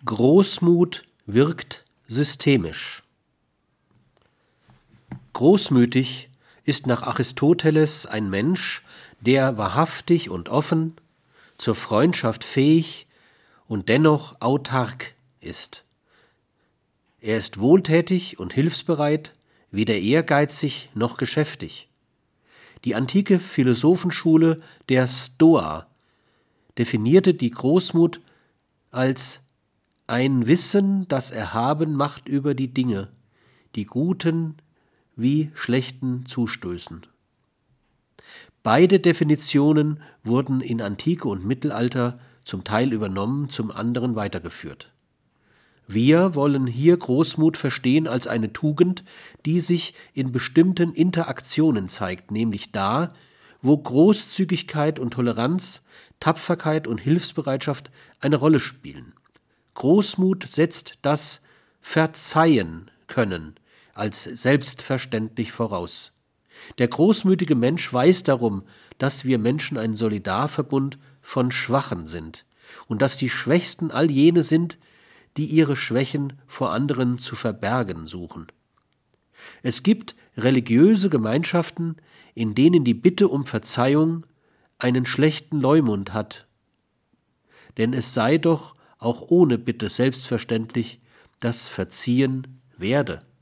Großmut wirkt systemisch. Großmütig ist nach Aristoteles ein Mensch, der wahrhaftig und offen, zur Freundschaft fähig und dennoch autark ist. Er ist wohltätig und hilfsbereit, weder ehrgeizig noch geschäftig. Die antike Philosophenschule der Stoa definierte die Großmut als ein Wissen, das Erhaben macht über die Dinge, die guten wie schlechten zustößen. Beide Definitionen wurden in Antike und Mittelalter zum Teil übernommen, zum anderen weitergeführt. Wir wollen hier Großmut verstehen als eine Tugend, die sich in bestimmten Interaktionen zeigt, nämlich da, wo Großzügigkeit und Toleranz, Tapferkeit und Hilfsbereitschaft eine Rolle spielen. Großmut setzt das Verzeihen können als selbstverständlich voraus. Der großmütige Mensch weiß darum, dass wir Menschen ein Solidarverbund von Schwachen sind und dass die Schwächsten all jene sind, die ihre Schwächen vor anderen zu verbergen suchen. Es gibt religiöse Gemeinschaften, in denen die Bitte um Verzeihung einen schlechten Leumund hat. Denn es sei doch auch ohne Bitte selbstverständlich, dass verziehen werde.